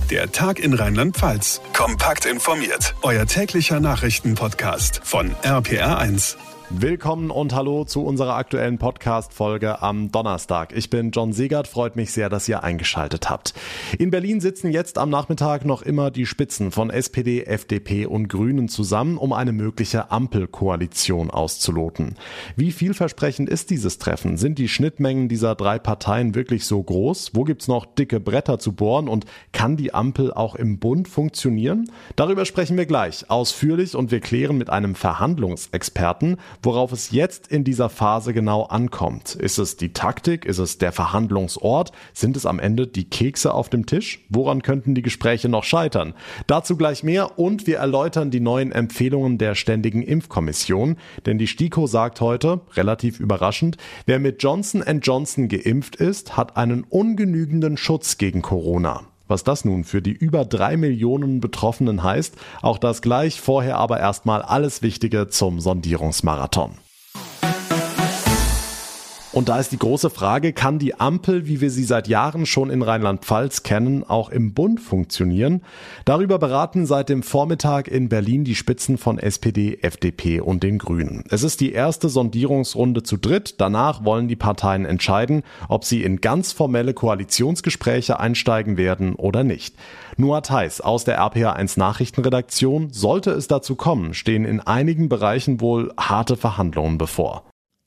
Der Tag in Rheinland-Pfalz. Kompakt informiert. Euer täglicher Nachrichtenpodcast von RPR1. Willkommen und hallo zu unserer aktuellen Podcast-Folge am Donnerstag. Ich bin John Segert, freut mich sehr, dass ihr eingeschaltet habt. In Berlin sitzen jetzt am Nachmittag noch immer die Spitzen von SPD, FDP und Grünen zusammen, um eine mögliche Ampelkoalition auszuloten. Wie vielversprechend ist dieses Treffen? Sind die Schnittmengen dieser drei Parteien wirklich so groß? Wo gibt's noch dicke Bretter zu bohren und kann die Ampel auch im Bund funktionieren? Darüber sprechen wir gleich ausführlich und wir klären mit einem Verhandlungsexperten, worauf es jetzt in dieser Phase genau ankommt. Ist es die Taktik? Ist es der Verhandlungsort? Sind es am Ende die Kekse auf dem Tisch? Woran könnten die Gespräche noch scheitern? Dazu gleich mehr und wir erläutern die neuen Empfehlungen der Ständigen Impfkommission. Denn die STIKO sagt heute, relativ überraschend, wer mit Johnson & Johnson geimpft ist, hat einen ungenügenden Schutz gegen Corona. Was das nun für die über 3 Millionen Betroffenen heißt, auch das gleich, vorher aber erstmal alles Wichtige zum Sondierungsmarathon. Und da ist die große Frage, kann die Ampel, wie wir sie seit Jahren schon in Rheinland-Pfalz kennen, auch im Bund funktionieren? Darüber beraten seit dem Vormittag in Berlin die Spitzen von SPD, FDP und den Grünen. Es ist die erste Sondierungsrunde zu dritt. Danach wollen die Parteien entscheiden, ob sie in ganz formelle Koalitionsgespräche einsteigen werden oder nicht. Noah Theis aus der RPR1 Nachrichtenredaktion: Sollte es dazu kommen, stehen in einigen Bereichen wohl harte Verhandlungen bevor.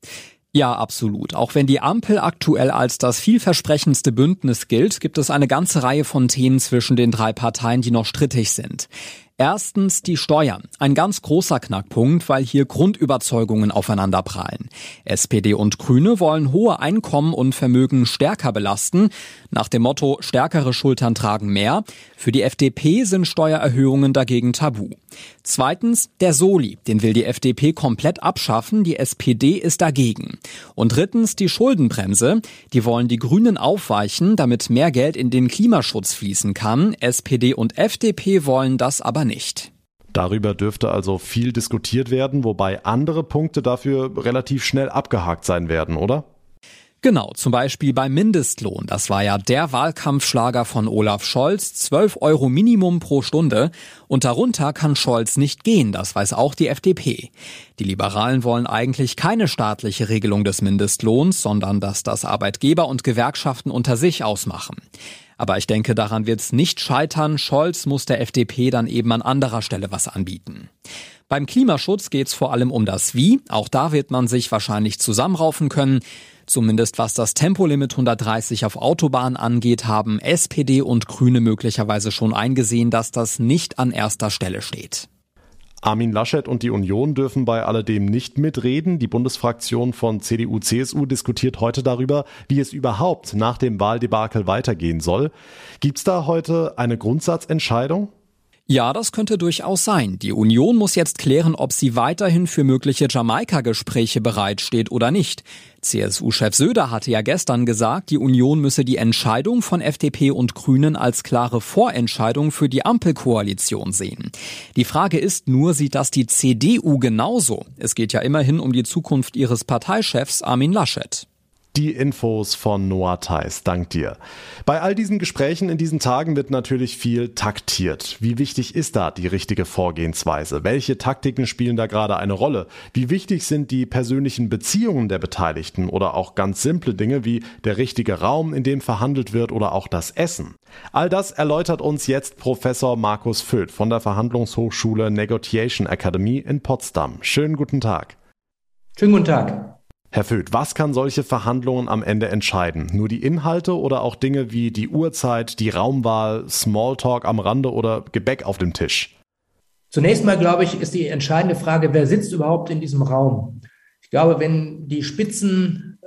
Ja, absolut. Auch wenn die Ampel aktuell als das vielversprechendste Bündnis gilt, gibt es eine ganze Reihe von Themen zwischen den drei Parteien, die noch strittig sind. Erstens die Steuern. Ein ganz großer Knackpunkt, weil hier Grundüberzeugungen aufeinanderprallen. SPD und Grüne wollen hohe Einkommen und Vermögen stärker belasten. Nach dem Motto, stärkere Schultern tragen mehr. Für die FDP sind Steuererhöhungen dagegen tabu. Zweitens der Soli. Den will die FDP komplett abschaffen. Die SPD ist dagegen. Und drittens die Schuldenbremse. Die wollen die Grünen aufweichen, damit mehr Geld in den Klimaschutz fließen kann. SPD und FDP wollen das aber nicht. Darüber dürfte also viel diskutiert werden, wobei andere Punkte dafür relativ schnell abgehakt sein werden, oder? Genau, zum Beispiel beim Mindestlohn. Das war ja der Wahlkampfschlager von Olaf Scholz. 12 Euro Minimum pro Stunde. Und darunter kann Scholz nicht gehen, das weiß auch die FDP. Die Liberalen wollen eigentlich keine staatliche Regelung des Mindestlohns, sondern dass das Arbeitgeber und Gewerkschaften unter sich ausmachen. Aber ich denke, daran wird es nicht scheitern. Scholz muss der FDP dann eben an anderer Stelle was anbieten. Beim Klimaschutz geht es vor allem um das Wie. Auch da wird man sich wahrscheinlich zusammenraufen können. Zumindest was das Tempolimit 130 auf Autobahnen angeht, haben SPD und Grüne möglicherweise schon eingesehen, dass das nicht an erster Stelle steht. Armin Laschet und die Union dürfen bei alledem nicht mitreden. Die Bundesfraktion von CDU/CSU diskutiert heute darüber, wie es überhaupt nach dem Wahldebakel weitergehen soll. Gibt's da heute eine Grundsatzentscheidung? Ja, das könnte durchaus sein. Die Union muss jetzt klären, ob sie weiterhin für mögliche Jamaika-Gespräche bereitsteht oder nicht. CSU-Chef Söder hatte ja gestern gesagt, die Union müsse die Entscheidung von FDP und Grünen als klare Vorentscheidung für die Ampelkoalition sehen. Die Frage ist nur, sieht das die CDU genauso? Es geht ja immerhin um die Zukunft ihres Parteichefs Armin Laschet. Die Infos von Noah Theis, dank dir. Bei all diesen Gesprächen in diesen Tagen wird natürlich viel taktiert. Wie wichtig ist da die richtige Vorgehensweise? Welche Taktiken spielen da gerade eine Rolle? Wie wichtig sind die persönlichen Beziehungen der Beteiligten oder auch ganz simple Dinge wie der richtige Raum, in dem verhandelt wird oder auch das Essen? All das erläutert uns jetzt Professor Markus Voeth von der Verhandlungshochschule Negotiation Academy in Potsdam. Schönen guten Tag. Schönen guten Tag. Herr Voeth, was kann solche Verhandlungen am Ende entscheiden? Nur die Inhalte oder auch Dinge wie die Uhrzeit, die Raumwahl, Smalltalk am Rande oder Gebäck auf dem Tisch? Zunächst mal, glaube ich, ist die entscheidende Frage, wer sitzt überhaupt in diesem Raum? Ich glaube, wenn die Spitzen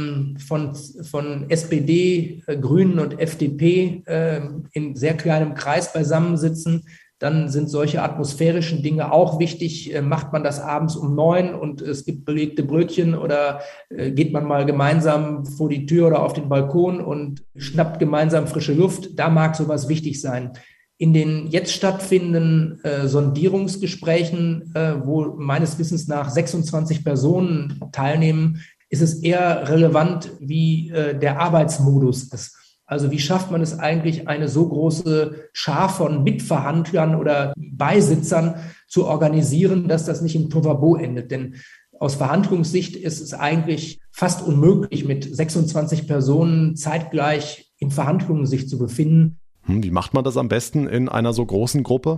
von SPD, Grünen und FDP in sehr kleinem Kreis beisammensitzen, dann sind solche atmosphärischen Dinge auch wichtig. Macht man das abends um 9 und es gibt belegte Brötchen oder geht man mal gemeinsam vor die Tür oder auf den Balkon und schnappt gemeinsam frische Luft? Da mag sowas wichtig sein. In den jetzt stattfindenden Sondierungsgesprächen, wo meines Wissens nach 26 Personen teilnehmen, ist es eher relevant, wie der Arbeitsmodus ist. Also wie schafft man es eigentlich, eine so große Schar von Mitverhandlern oder Beisitzern zu organisieren, dass das nicht im Tohuwabohu endet? Denn aus Verhandlungssicht ist es eigentlich fast unmöglich, mit 26 Personen zeitgleich in Verhandlungen sich zu befinden. Wie macht man das am besten in einer so großen Gruppe?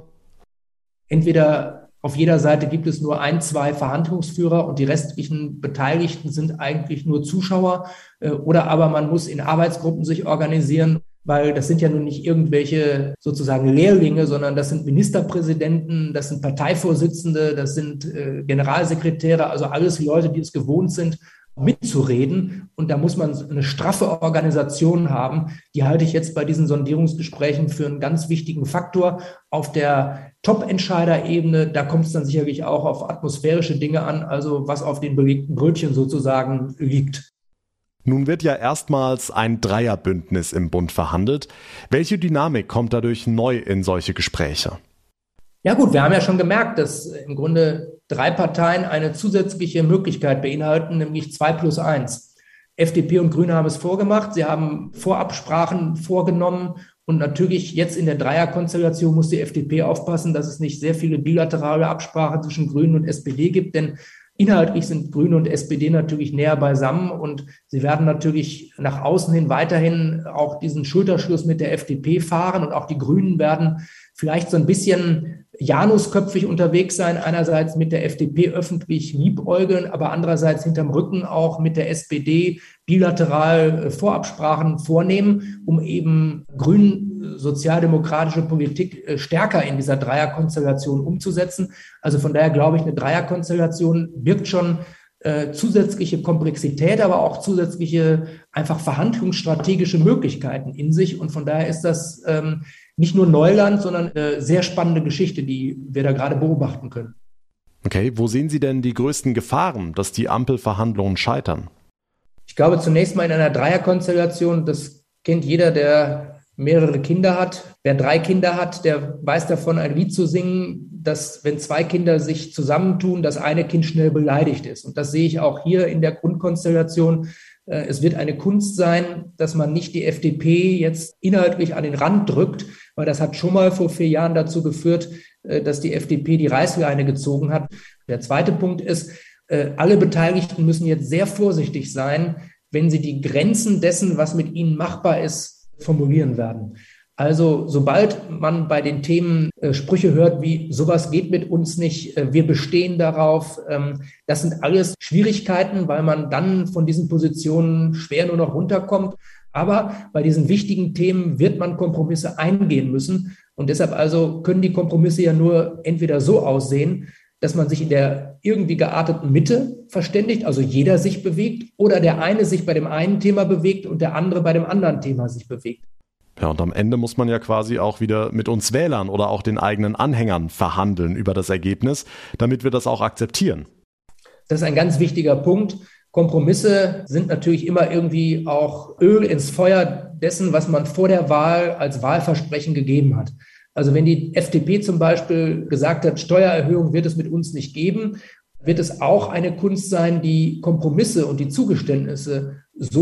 Entweder auf jeder Seite gibt es nur 1, 2 Verhandlungsführer und die restlichen Beteiligten sind eigentlich nur Zuschauer. Oder aber man muss in Arbeitsgruppen sich organisieren, weil das sind ja nun nicht irgendwelche sozusagen Lehrlinge, sondern das sind Ministerpräsidenten, das sind Parteivorsitzende, das sind Generalsekretäre, also alles Leute, die es gewohnt sind, mitzureden. Und da muss man eine straffe Organisation haben. Die halte ich jetzt bei diesen Sondierungsgesprächen für einen ganz wichtigen Faktor. Auf der Top-Entscheiderebene, da kommt es dann sicherlich auch auf atmosphärische Dinge an, also was auf den belegten Brötchen sozusagen liegt. Nun wird ja erstmals ein Dreierbündnis im Bund verhandelt. Welche Dynamik kommt dadurch neu in solche Gespräche? Ja gut, wir haben ja schon gemerkt, dass im Grunde 3 Parteien eine zusätzliche Möglichkeit beinhalten, nämlich 2+1. FDP und Grüne haben es vorgemacht, sie haben Vorabsprachen vorgenommen und natürlich jetzt in der Dreierkonstellation muss die FDP aufpassen, dass es nicht sehr viele bilaterale Absprachen zwischen Grünen und SPD gibt, denn inhaltlich sind Grüne und SPD natürlich näher beisammen und sie werden natürlich nach außen hin weiterhin auch diesen Schulterschluss mit der FDP fahren und auch die Grünen werden vielleicht so ein bisschen janusköpfig unterwegs sein, einerseits mit der FDP öffentlich liebäugeln, aber andererseits hinterm Rücken auch mit der SPD bilateral Vorabsprachen vornehmen, um eben grün sozialdemokratische Politik stärker in dieser Dreierkonstellation umzusetzen. Also von daher glaube ich, eine Dreierkonstellation birgt schon zusätzliche Komplexität, aber auch zusätzliche einfach verhandlungsstrategische Möglichkeiten in sich. Und von daher ist das nicht nur Neuland, sondern eine sehr spannende Geschichte, die wir da gerade beobachten können. Okay, wo sehen Sie denn die größten Gefahren, dass die Ampelverhandlungen scheitern? Ich glaube zunächst mal in einer Dreierkonstellation, das kennt jeder, der mehrere Kinder hat. Wer 3 Kinder hat, der weiß davon, ein Lied zu singen, dass wenn 2 Kinder sich zusammentun, das eine Kind schnell beleidigt ist. Und das sehe ich auch hier in der Grundkonstellation. Es wird eine Kunst sein, dass man nicht die FDP jetzt inhaltlich an den Rand drückt, weil das hat schon mal vor 4 Jahren dazu geführt, dass die FDP die Reißleine gezogen hat. Der zweite Punkt ist, alle Beteiligten müssen jetzt sehr vorsichtig sein, wenn sie die Grenzen dessen, was mit ihnen machbar ist, formulieren werden. Also sobald man bei den Themen Sprüche hört wie sowas geht mit uns nicht, wir bestehen darauf, das sind alles Schwierigkeiten, weil man dann von diesen Positionen schwer nur noch runterkommt. Aber bei diesen wichtigen Themen wird man Kompromisse eingehen müssen. Und deshalb also können die Kompromisse ja nur entweder so aussehen, dass man sich in der irgendwie gearteten Mitte verständigt, also jeder sich bewegt, oder der eine sich bei dem einen Thema bewegt und der andere bei dem anderen Thema sich bewegt. Ja, und am Ende muss man ja quasi auch wieder mit uns Wählern oder auch den eigenen Anhängern verhandeln über das Ergebnis, damit wir das auch akzeptieren. Das ist ein ganz wichtiger Punkt. Kompromisse sind natürlich immer irgendwie auch Öl ins Feuer dessen, was man vor der Wahl als Wahlversprechen gegeben hat. Also wenn die FDP zum Beispiel gesagt hat, Steuererhöhung wird es mit uns nicht geben, wird es auch eine Kunst sein, die Kompromisse und die Zugeständnisse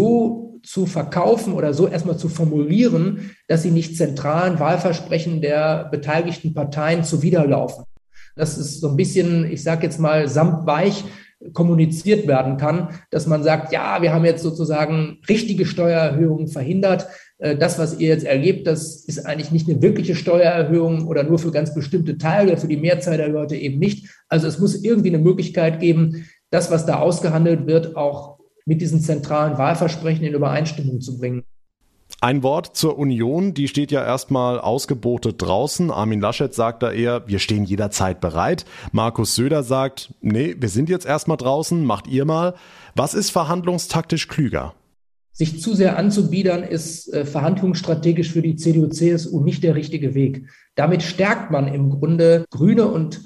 so zu verkaufen oder so erstmal zu formulieren, dass sie nicht zentralen Wahlversprechen der beteiligten Parteien zuwiderlaufen. Das ist so ein bisschen, ich sage jetzt mal, samtweich kommuniziert werden kann, dass man sagt, ja, wir haben jetzt sozusagen richtige Steuererhöhungen verhindert. Das, was ihr jetzt erlebt, das ist eigentlich nicht eine wirkliche Steuererhöhung oder nur für ganz bestimmte Teile, für die Mehrzahl der Leute eben nicht. Also es muss irgendwie eine Möglichkeit geben, das, was da ausgehandelt wird, auch mit diesen zentralen Wahlversprechen in Übereinstimmung zu bringen. Ein Wort zur Union, die steht ja erstmal ausgebotet draußen. Armin Laschet sagt da eher, wir stehen jederzeit bereit. Markus Söder sagt, nee, wir sind jetzt erstmal draußen, macht ihr mal. Was ist verhandlungstaktisch klüger? Sich zu sehr anzubiedern, ist verhandlungsstrategisch für die CDU-CSU nicht der richtige Weg. Damit stärkt man im Grunde Grüne und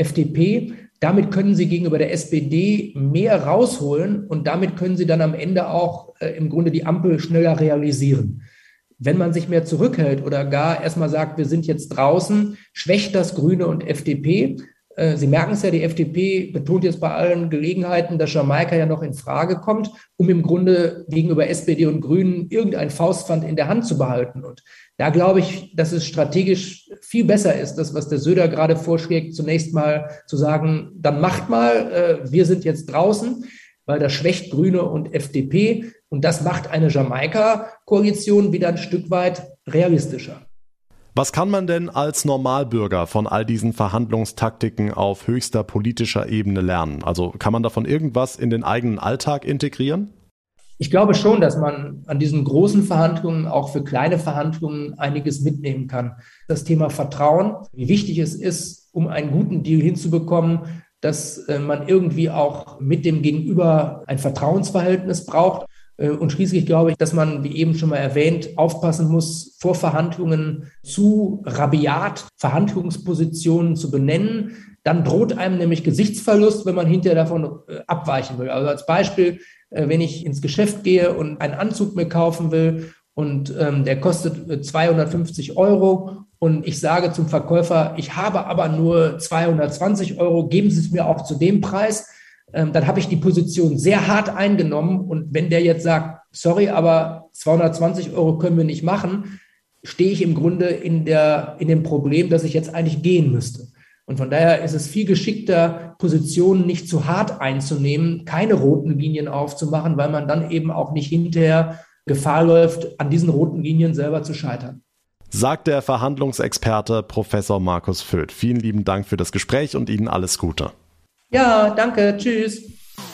FDP. Damit können sie gegenüber der SPD mehr rausholen und damit können sie dann am Ende auch im Grunde die Ampel schneller realisieren. Wenn man sich mehr zurückhält oder gar erstmal sagt, wir sind jetzt draußen, schwächt das Grüne und FDP. Sie merken es ja, die FDP betont jetzt bei allen Gelegenheiten, dass Jamaika ja noch in Frage kommt, um im Grunde gegenüber SPD und Grünen irgendein Faustpfand in der Hand zu behalten. Und da glaube ich, dass es strategisch viel besser ist, das, was der Söder gerade vorschlägt, zunächst mal zu sagen, dann macht mal, wir sind jetzt draußen, weil das schwächt Grüne und FDP. Und das macht eine Jamaika-Koalition wieder ein Stück weit realistischer. Was kann man denn als Normalbürger von all diesen Verhandlungstaktiken auf höchster politischer Ebene lernen? Also kann man davon irgendwas in den eigenen Alltag integrieren? Ich glaube schon, dass man an diesen großen Verhandlungen, auch für kleine Verhandlungen, einiges mitnehmen kann. Das Thema Vertrauen, wie wichtig es ist, um einen guten Deal hinzubekommen, dass man irgendwie auch mit dem Gegenüber ein Vertrauensverhältnis braucht. Und schließlich glaube ich, dass man, wie eben schon mal erwähnt, aufpassen muss, vor Verhandlungen zu rabiat Verhandlungspositionen zu benennen. Dann droht einem nämlich Gesichtsverlust, wenn man hinterher davon abweichen will. Also als Beispiel, wenn ich ins Geschäft gehe und einen Anzug mir kaufen will und der kostet 250 € und ich sage zum Verkäufer, ich habe aber nur 220 €, geben Sie es mir auch zu dem Preis, dann habe ich die Position sehr hart eingenommen. Und wenn der jetzt sagt, sorry, aber 220 € können wir nicht machen, stehe ich im Grunde in dem Problem, dass ich jetzt eigentlich gehen müsste. Und von daher ist es viel geschickter, Positionen nicht zu hart einzunehmen, keine roten Linien aufzumachen, weil man dann eben auch nicht hinterher Gefahr läuft, an diesen roten Linien selber zu scheitern. Sagt der Verhandlungsexperte Professor Markus Voeth. Vielen lieben Dank für das Gespräch und Ihnen alles Gute. Ja, danke. Tschüss.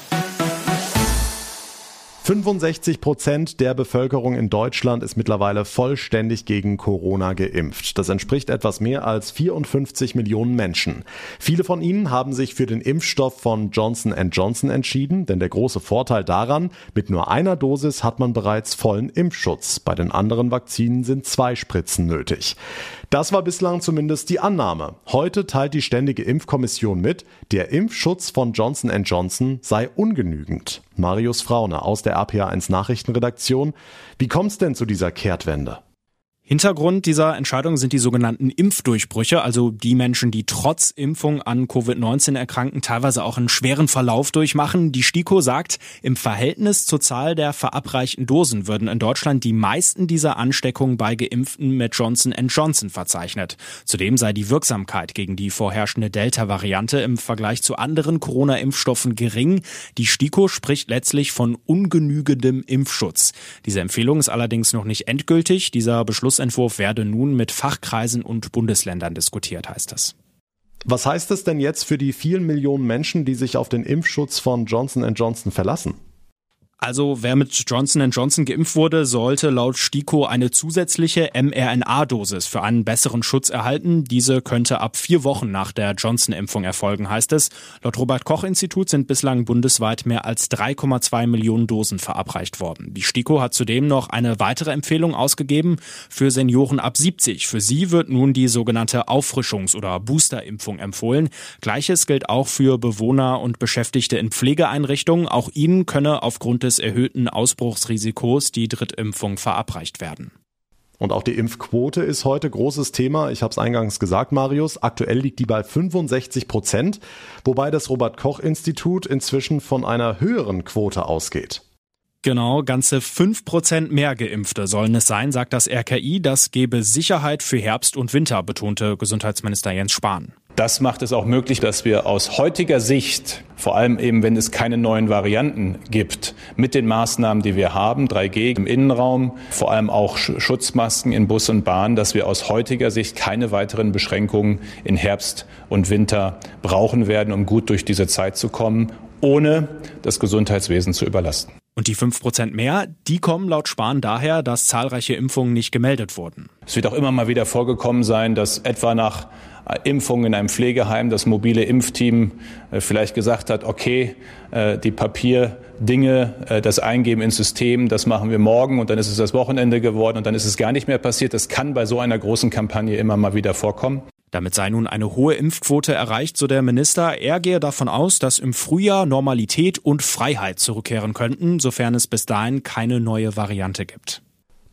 65% der Bevölkerung in Deutschland ist mittlerweile vollständig gegen Corona geimpft. Das entspricht etwas mehr als 54 Millionen Menschen. Viele von ihnen haben sich für den Impfstoff von Johnson & Johnson entschieden, denn der große Vorteil daran, mit nur einer Dosis hat man bereits vollen Impfschutz. Bei den anderen Vakzinen sind 2 Spritzen nötig. Das war bislang zumindest die Annahme. Heute teilt die Ständige Impfkommission mit, der Impfschutz von Johnson & Johnson sei ungenügend. Marius Fraune aus der RPA1 Nachrichtenredaktion. Wie kommt es denn zu dieser Kehrtwende? Hintergrund dieser Entscheidung sind die sogenannten Impfdurchbrüche, also die Menschen, die trotz Impfung an Covid-19 erkranken, teilweise auch einen schweren Verlauf durchmachen. Die STIKO sagt, im Verhältnis zur Zahl der verabreichten Dosen würden in Deutschland die meisten dieser Ansteckungen bei Geimpften mit Johnson & Johnson verzeichnet. Zudem sei die Wirksamkeit gegen die vorherrschende Delta-Variante im Vergleich zu anderen Corona-Impfstoffen gering. Die STIKO spricht letztlich von ungenügendem Impfschutz. Diese Empfehlung ist allerdings noch nicht endgültig. Dieser Beschlussentwurf werde nun mit Fachkreisen und Bundesländern diskutiert, heißt es. Was heißt es denn jetzt für die vielen Millionen Menschen, die sich auf den Impfschutz von Johnson & Johnson verlassen? Also wer mit Johnson & Johnson geimpft wurde, sollte laut STIKO eine zusätzliche mRNA-Dosis für einen besseren Schutz erhalten. Diese könnte ab 4 Wochen nach der Johnson-Impfung erfolgen, heißt es. Laut Robert-Koch-Institut sind bislang bundesweit mehr als 3,2 Millionen Dosen verabreicht worden. Die STIKO hat zudem noch eine weitere Empfehlung ausgegeben für Senioren ab 70. Für sie wird nun die sogenannte Auffrischungs- oder Booster-Impfung empfohlen. Gleiches gilt auch für Bewohner und Beschäftigte in Pflegeeinrichtungen. Auch ihnen könne aufgrund des erhöhten Ausbruchsrisikos die Drittimpfung verabreicht werden. Und auch die Impfquote ist heute großes Thema. Ich habe es eingangs gesagt, Marius. Aktuell liegt die bei 65%, wobei das Robert-Koch-Institut inzwischen von einer höheren Quote ausgeht. Genau, ganze 5% mehr Geimpfte sollen es sein, sagt das RKI. Das gebe Sicherheit für Herbst und Winter, betonte Gesundheitsminister Jens Spahn. Das macht es auch möglich, dass wir aus heutiger Sicht, vor allem eben, wenn es keine neuen Varianten gibt, mit den Maßnahmen, die wir haben, 3G im Innenraum, vor allem auch Schutzmasken in Bus und Bahn, dass wir aus heutiger Sicht keine weiteren Beschränkungen in Herbst und Winter brauchen werden, um gut durch diese Zeit zu kommen, ohne das Gesundheitswesen zu überlasten. Und die 5% mehr, die kommen laut Spahn daher, dass zahlreiche Impfungen nicht gemeldet wurden. Es wird auch immer mal wieder vorgekommen sein, dass etwa nach Impfung in einem Pflegeheim das mobile Impfteam vielleicht gesagt hat, okay, die Papierdinge, das Eingeben ins System, das machen wir morgen und dann ist es das Wochenende geworden und dann ist es gar nicht mehr passiert. Das kann bei so einer großen Kampagne immer mal wieder vorkommen. Damit sei nun eine hohe Impfquote erreicht, so der Minister. Er gehe davon aus, dass im Frühjahr Normalität und Freiheit zurückkehren könnten, sofern es bis dahin keine neue Variante gibt.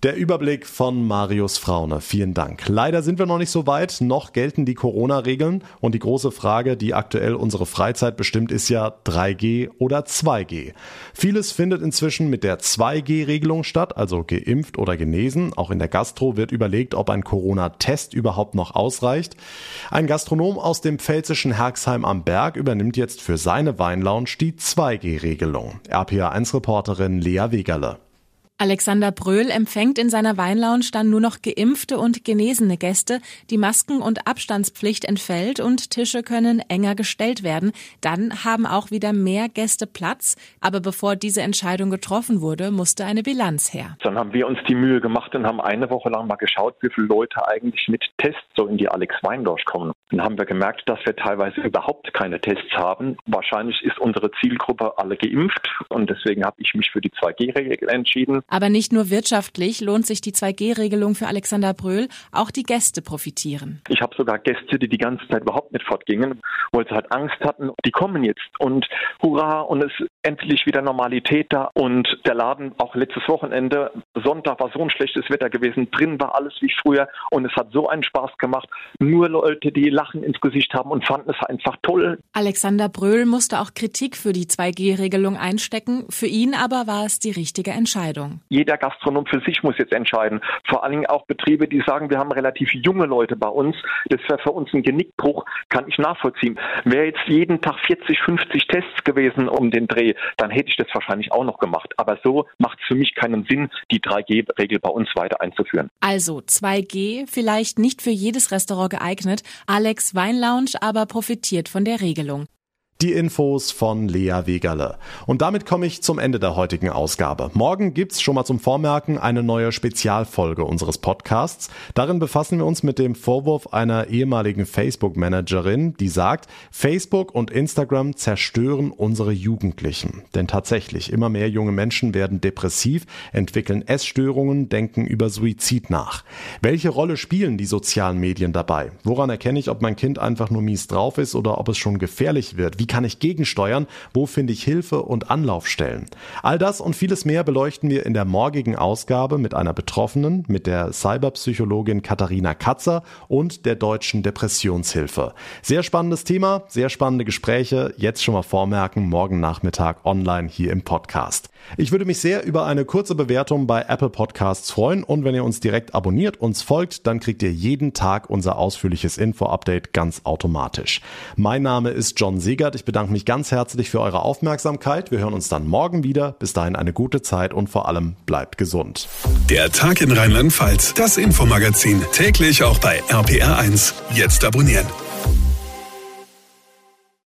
Der Überblick von Marius Fraune. Vielen Dank. Leider sind wir noch nicht so weit. Noch gelten die Corona-Regeln. Und die große Frage, die aktuell unsere Freizeit bestimmt, ist ja 3G oder 2G. Vieles findet inzwischen mit der 2G-Regelung statt, also geimpft oder genesen. Auch in der Gastro wird überlegt, ob ein Corona-Test überhaupt noch ausreicht. Ein Gastronom aus dem pfälzischen Herxheim am Berg übernimmt jetzt für seine Weinlounge die 2G-Regelung. RPA1-Reporterin Lea Wegerle. Alexander Bröhl empfängt in seiner Weinlounge dann nur noch geimpfte und genesene Gäste. Die Masken- und Abstandspflicht entfällt und Tische können enger gestellt werden. Dann haben auch wieder mehr Gäste Platz. Aber bevor diese Entscheidung getroffen wurde, musste eine Bilanz her. Dann haben wir uns die Mühe gemacht und haben eine Woche lang mal geschaut, wie viele Leute eigentlich mit Tests so in die Alex Weinlounge kommen. Dann haben wir gemerkt, dass wir teilweise überhaupt keine Tests haben. Wahrscheinlich ist unsere Zielgruppe alle geimpft und deswegen habe ich mich für die 2G-Regel entschieden. Aber nicht nur wirtschaftlich lohnt sich die 2G-Regelung für Alexander Bröhl, auch die Gäste profitieren. Ich habe sogar Gäste, die ganze Zeit überhaupt nicht fortgingen, weil sie halt Angst hatten. Die kommen jetzt und hurra, und es ist endlich wieder Normalität da. Und der Laden, auch letztes Wochenende, Sonntag war so ein schlechtes Wetter gewesen, drin war alles wie früher und es hat so einen Spaß gemacht. Nur Leute, die Lachen ins Gesicht haben und fanden es einfach toll. Alexander Bröhl musste auch Kritik für die 2G-Regelung einstecken. Für ihn aber war es die richtige Entscheidung. Jeder Gastronom für sich muss jetzt entscheiden. Vor allen Dingen auch Betriebe, die sagen, wir haben relativ junge Leute bei uns. Das wäre für uns ein Genickbruch, kann ich nachvollziehen. Wäre jetzt jeden Tag 40, 50 Tests gewesen um den Dreh, dann hätte ich das wahrscheinlich auch noch gemacht. Aber so macht es für mich keinen Sinn, die 3G-Regel bei uns weiter einzuführen. Also 2G, vielleicht nicht für jedes Restaurant geeignet. Alex Weinlounge aber profitiert von der Regelung. Die Infos von Lea Wegerle. Und damit komme ich zum Ende der heutigen Ausgabe. Morgen gibt's schon mal zum Vormerken eine neue Spezialfolge unseres Podcasts. Darin befassen wir uns mit dem Vorwurf einer ehemaligen Facebook-Managerin, die sagt, Facebook und Instagram zerstören unsere Jugendlichen. Denn tatsächlich, immer mehr junge Menschen werden depressiv, entwickeln Essstörungen, denken über Suizid nach. Welche Rolle spielen die sozialen Medien dabei? Woran erkenne ich, ob mein Kind einfach nur mies drauf ist oder ob es schon gefährlich wird? Wie kann ich gegensteuern? Wo finde ich Hilfe und Anlaufstellen? All das und vieles mehr beleuchten wir in der morgigen Ausgabe mit einer Betroffenen, mit der Cyberpsychologin Katharina Katzer und der Deutschen Depressionshilfe. Sehr spannendes Thema, sehr spannende Gespräche. Jetzt schon mal vormerken, morgen Nachmittag online hier im Podcast. Ich würde mich sehr über eine kurze Bewertung bei Apple Podcasts freuen und wenn ihr uns direkt abonniert, uns folgt, dann kriegt ihr jeden Tag unser ausführliches Info-Update ganz automatisch. Mein Name ist John Segert. Ich bedanke mich ganz herzlich für eure Aufmerksamkeit. Wir hören uns dann morgen wieder. Bis dahin eine gute Zeit und vor allem bleibt gesund. Der Tag in Rheinland-Pfalz, das Infomagazin, täglich auch bei RPR1. Jetzt abonnieren.